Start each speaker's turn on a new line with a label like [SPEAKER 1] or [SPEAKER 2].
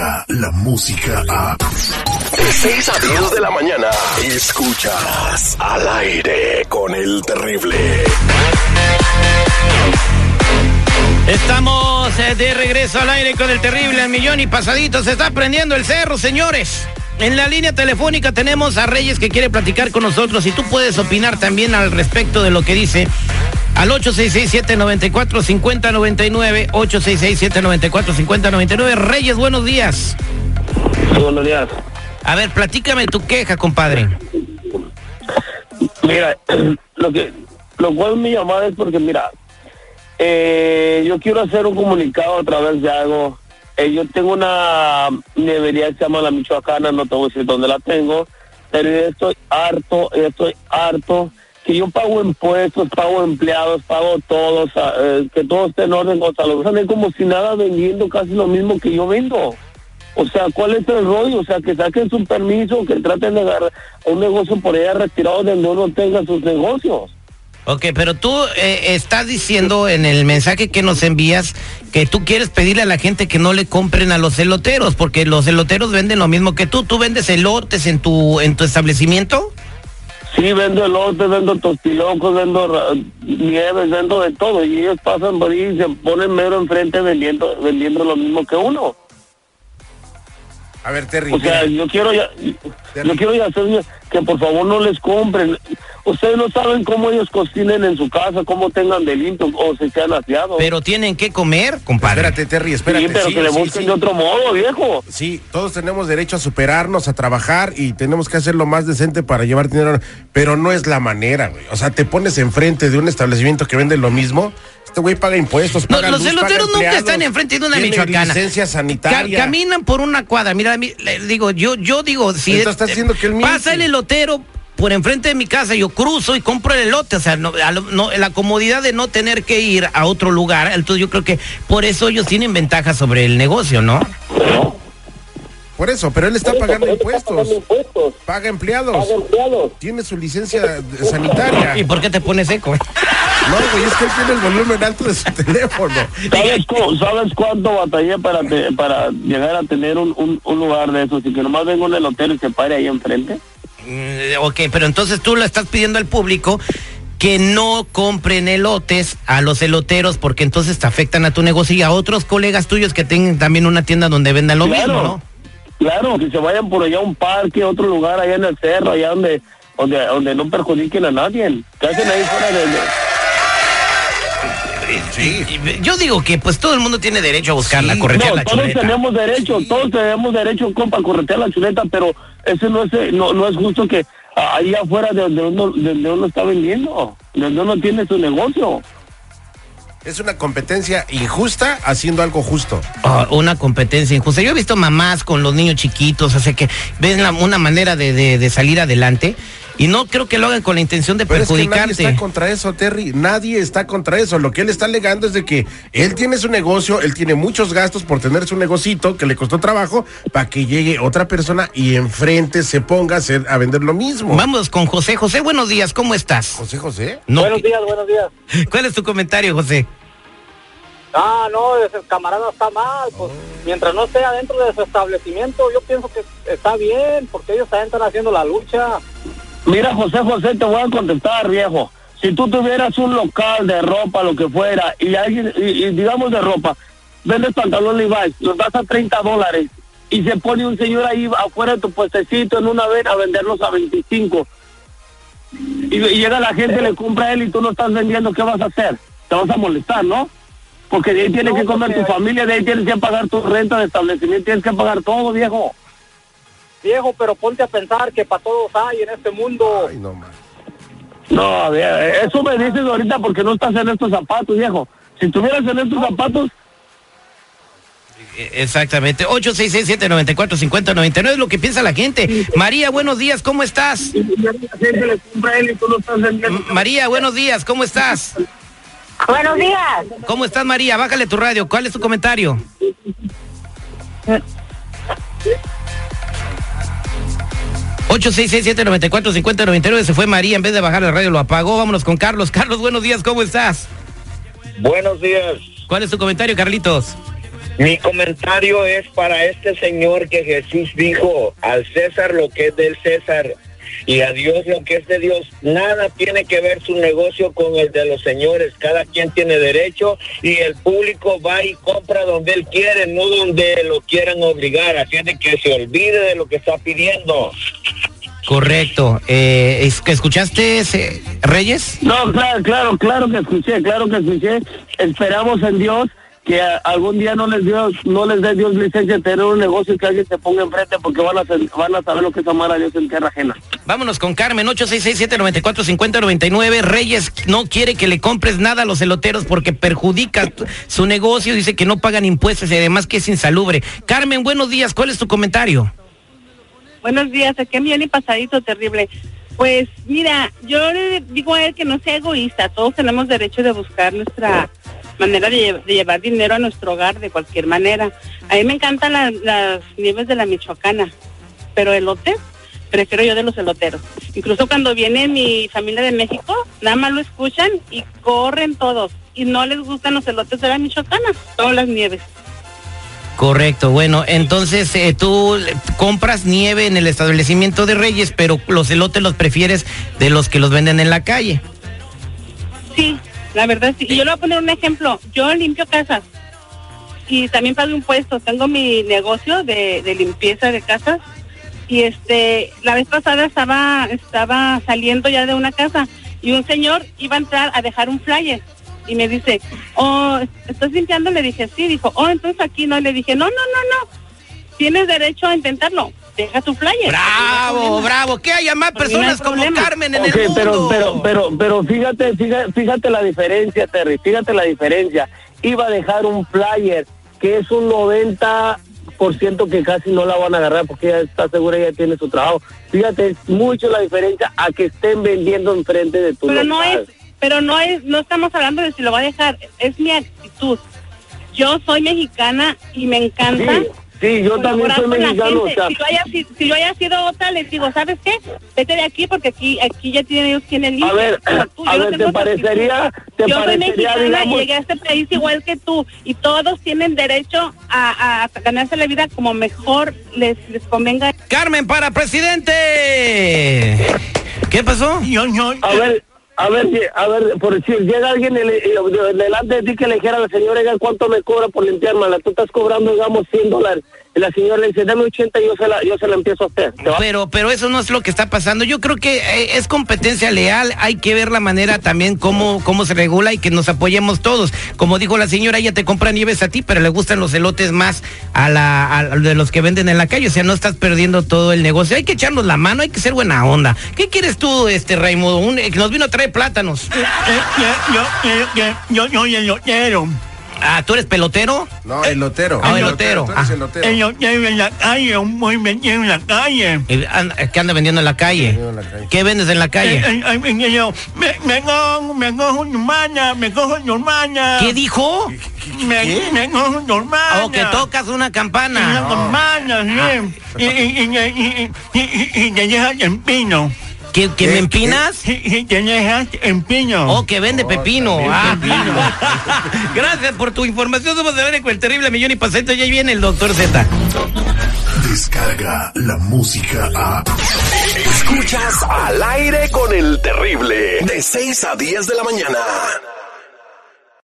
[SPEAKER 1] llega la música a... De 6 a 10 de la mañana, escuchas Al Aire con el Terrible.
[SPEAKER 2] Estamos de regreso al aire con el Terrible al millón y pasadito. Se está prendiendo el cerro, señores. En la línea telefónica tenemos a Reyes que quiere platicar con nosotros y tú puedes opinar también al respecto de lo que dice al 866-794-5099, 866-794-5099. Reyes, buenos días.
[SPEAKER 3] Buenos días.
[SPEAKER 2] A ver, platícame tu queja, compadre.
[SPEAKER 3] Mira, lo cual mi llamada es porque, mira, yo quiero hacer un comunicado a través de algo. Yo tengo una nevería que se llama La Michoacana, no te voy a decir dónde la tengo, pero yo estoy harto, que yo pago impuestos, pago empleados, pago todos, que todo esté en orden, o sea, lo usan como si nada vendiendo casi lo mismo que yo vendo. O sea, ¿cuál es el rollo? O sea, que saquen su permiso, que traten de agarrar un negocio por allá retirado donde uno tenga sus negocios.
[SPEAKER 2] Ok, pero tú estás diciendo en el mensaje que nos envías que tú quieres pedirle a la gente que no le compren a los eloteros, porque los eloteros venden lo mismo que tú. ¿Tú vendes elotes en tu establecimiento?
[SPEAKER 3] Sí, vendo elotes, vendo tostilocos, vendo nieves, vendo de todo. Y ellos pasan por ahí y se ponen mero enfrente vendiendo lo mismo que uno.
[SPEAKER 4] A ver, Terry.
[SPEAKER 3] O sea, yo quiero ya hacer que por favor no les compren. Ustedes no saben cómo ellos cocinen en su casa, cómo tengan de limpio o se sean aseados.
[SPEAKER 2] Pero tienen que comer, compadre.
[SPEAKER 4] Espérate, Terry, espérate.
[SPEAKER 3] Sí, pero que le busquen de otro modo, viejo.
[SPEAKER 4] Sí, todos tenemos derecho a superarnos, a trabajar y tenemos que hacerlo más decente para llevar dinero, pero no es la manera, güey. O sea, te pones enfrente de un establecimiento que vende lo mismo. Este güey paga impuestos, paga
[SPEAKER 2] los
[SPEAKER 4] luz,
[SPEAKER 2] eloteros
[SPEAKER 4] paga
[SPEAKER 2] nunca están enfrente de una Michoacana.
[SPEAKER 4] Licencia sanitaria.
[SPEAKER 2] Caminan por una cuadra. Mira, yo digo, si
[SPEAKER 4] estás haciendo que él miente.
[SPEAKER 2] pasa el elotero por enfrente de mi casa, yo cruzo y compro el elote, o sea, la comodidad de no tener que ir a otro lugar. Entonces yo creo que por eso ellos tienen ventaja sobre el negocio, ¿no?
[SPEAKER 4] Por eso, pero él está pagando impuestos. Paga empleados. Tiene su licencia sanitaria.
[SPEAKER 2] ¿Y por qué te pones eco?
[SPEAKER 4] No, güey, es que él tiene el volumen alto de su teléfono.
[SPEAKER 3] ¿Sabes cuánto batallé para llegar a tener un lugar de esos y que nomás venga un elotero y se pare ahí enfrente?
[SPEAKER 2] Ok, pero entonces tú le estás pidiendo al público que no compren elotes a los eloteros porque entonces te afectan a tu negocio y a otros colegas tuyos que tengan también una tienda donde vendan lo mismo, ¿no?
[SPEAKER 3] Claro, que se vayan por allá a un parque, a otro lugar allá en el cerro, allá donde no perjudiquen a nadie. ¿Qué hacen ahí fuera de...?
[SPEAKER 4] Sí.
[SPEAKER 3] Yo digo que pues todo el mundo tiene derecho a buscarla, corretear la chuleta. Todos tenemos derecho, compa, a corretear la chuleta, pero eso no es justo que ahí afuera de donde uno está vendiendo, donde uno tiene su negocio.
[SPEAKER 4] Es una competencia injusta haciendo algo justo.
[SPEAKER 2] Una competencia injusta. Yo he visto mamás con los niños chiquitos, así que ven una manera de salir adelante. Y no creo que lo hagan con la intención de perjudicarte.
[SPEAKER 4] Es que nadie está contra eso, Terry. Nadie está contra eso. Lo que él está alegando es de que él tiene su negocio, él tiene muchos gastos por tener su negocito que le costó trabajo para que llegue otra persona y enfrente se ponga a vender lo mismo.
[SPEAKER 2] Vamos con José. José, buenos días. ¿Cómo estás?
[SPEAKER 4] José.
[SPEAKER 2] No,
[SPEAKER 5] buenos días.
[SPEAKER 2] ¿Cuál es tu comentario, José?
[SPEAKER 5] No, ese camarada está mal, pues mientras no esté adentro de su establecimiento, yo pienso que está bien, porque ellos también están haciendo la lucha.
[SPEAKER 3] Mira, José, te voy a contestar, viejo. Si tú tuvieras un local de ropa, lo que fuera, y alguien, y digamos de ropa, vendes pantalón Levi's, los das a $30, y se pone un señor ahí afuera de tu puestecito en una vez a venderlos a 25, y llega la gente, le compra a él y tú no estás vendiendo, ¿qué vas a hacer? Te vas a molestar, ¿no? Porque de ahí tienes que comer tu familia, de ahí tienes que pagar tu renta de establecimiento, tienes que pagar todo, viejo.
[SPEAKER 5] Viejo, pero ponte a pensar que para todos hay en este mundo.
[SPEAKER 4] Ay, no, man.
[SPEAKER 3] No, a ver, eso me dices ahorita porque no estás en estos zapatos, viejo. Si estuvieras en estos zapatos...
[SPEAKER 2] Exactamente, 866-794-5099 es lo que piensa la gente. María, buenos días, ¿cómo estás? María, buenos días, ¿cómo estás?
[SPEAKER 6] Buenos días.
[SPEAKER 2] ¿Cómo estás, María? Bájale tu radio, ¿cuál es tu comentario? 866-794-5099, se fue María, en vez de bajar la radio lo apagó. Vámonos con Carlos. Carlos, buenos días, ¿cómo estás?
[SPEAKER 7] Buenos días.
[SPEAKER 2] ¿Cuál es tu comentario, Carlitos?
[SPEAKER 6] Mi comentario es para este señor que Jesús dijo, al César lo que es del César y a Dios lo que es de Dios. Nada tiene que ver su negocio con el de los señores. Cada quien tiene derecho y el público va y compra donde él quiere, no donde lo quieran obligar. Así es de que se olvide de lo que está pidiendo.
[SPEAKER 2] Correcto. ¿Escuchaste, Reyes?
[SPEAKER 3] No, claro que escuché. Esperamos en Dios que algún día no les dé Dios licencia de tener un negocio y que alguien se ponga enfrente, porque van a saber lo que es amar a Dios en tierra ajena.
[SPEAKER 2] Vámonos con Carmen, 866-794-5099. Reyes no quiere que le compres nada a los eloteros porque perjudica su negocio, dice que no pagan impuestos y además que es insalubre. Carmen, buenos días, ¿cuál es tu comentario?
[SPEAKER 7] Buenos días, aquí en mi pasadito terrible. Pues mira, yo le digo a él que no sea egoísta, todos tenemos derecho de buscar nuestra manera de llevar dinero a nuestro hogar de cualquier manera. A mí me encantan las nieves de la Michoacana, pero elotes, prefiero yo de los eloteros. Incluso cuando viene mi familia de México, nada más lo escuchan y corren todos. Y no les gustan los elotes de la Michoacana, todas las nieves.
[SPEAKER 2] Correcto, bueno, entonces tú compras nieve en el establecimiento de Reyes, pero los elotes los prefieres de los que los venden en la calle.
[SPEAKER 7] Sí, la verdad sí. Y yo le voy a poner un ejemplo. Yo limpio casas y también pago impuestos. Tengo mi negocio de limpieza de casas y la vez pasada estaba saliendo ya de una casa y un señor iba a entrar a dejar un flyer. Y me dice, ¿estás limpiando? Le dije, sí. Dijo, entonces aquí no. Le dije, no. Tienes derecho a intentarlo. Deja tu flyer.
[SPEAKER 2] Bravo. ¿Qué hay más personas como Carmen en el
[SPEAKER 3] mundo? Pero fíjate la diferencia, Terry. Fíjate la diferencia. Iba a dejar un flyer que es un 90% que casi no la van a agarrar porque ella está segura, ella tiene su trabajo. Fíjate, es mucho la diferencia a que estén vendiendo enfrente de tu local.
[SPEAKER 7] Pero no estamos hablando de si lo va a dejar, es mi actitud. Yo soy mexicana y me encanta.
[SPEAKER 3] Sí, yo también soy mexicano. O sea,
[SPEAKER 7] si yo haya sido otra, les digo, ¿sabes qué? Vete de aquí porque aquí ya ellos tienen límite.
[SPEAKER 3] A ver, ¿te parecería?
[SPEAKER 7] Yo soy mexicana y llegué a este país igual que tú y todos tienen derecho a ganarse la vida como mejor les convenga.
[SPEAKER 2] Carmen para presidente. ¿Qué pasó?
[SPEAKER 3] A ver, por si llega alguien delante de ti que le dijera a la señora, ¿cuánto me cobra por limpiármela? Tú estás cobrando, digamos, $100. Y la señora le dice, dame 80 y yo se la empiezo a hacer.
[SPEAKER 2] Pero eso no es lo que está pasando. Yo creo que es competencia leal. Hay que ver la manera también cómo se regula y que nos apoyemos todos. Como dijo la señora, ella te compra nieves a ti, pero le gustan los elotes más a de los que venden en la calle. O sea, no estás perdiendo todo el negocio. Hay que echarnos la mano, hay que ser buena onda. ¿Qué quieres tú, Raimundo? Nos vino a traer plátanos.
[SPEAKER 8] Yo soy elotero.
[SPEAKER 2] ¿Tú eres pelotero?
[SPEAKER 4] No, elotero.
[SPEAKER 2] Elotero.
[SPEAKER 4] Tú eres elotero.
[SPEAKER 8] Elotero en la calle, muy vendido en la calle.
[SPEAKER 2] ¿Qué anda vendiendo en la calle? ¿Qué vendes en la calle?
[SPEAKER 8] Me cojo tu hermana.
[SPEAKER 2] ¿Qué dijo?
[SPEAKER 8] Me cojo tu hermana.
[SPEAKER 2] O que tocas una campana.
[SPEAKER 8] Una campana, sí. Y te dejas en pino.
[SPEAKER 2] ¿Que me empinas?
[SPEAKER 8] Sí, te dejas en pino.
[SPEAKER 2] Que vende pepino. Gracias por tu información. Somos de ver con el terrible millón y pasito. Ya viene el Dr. Z.
[SPEAKER 1] Descarga la música a... Escuchas Al Aire con el Terrible. De 6 a 10 de la mañana.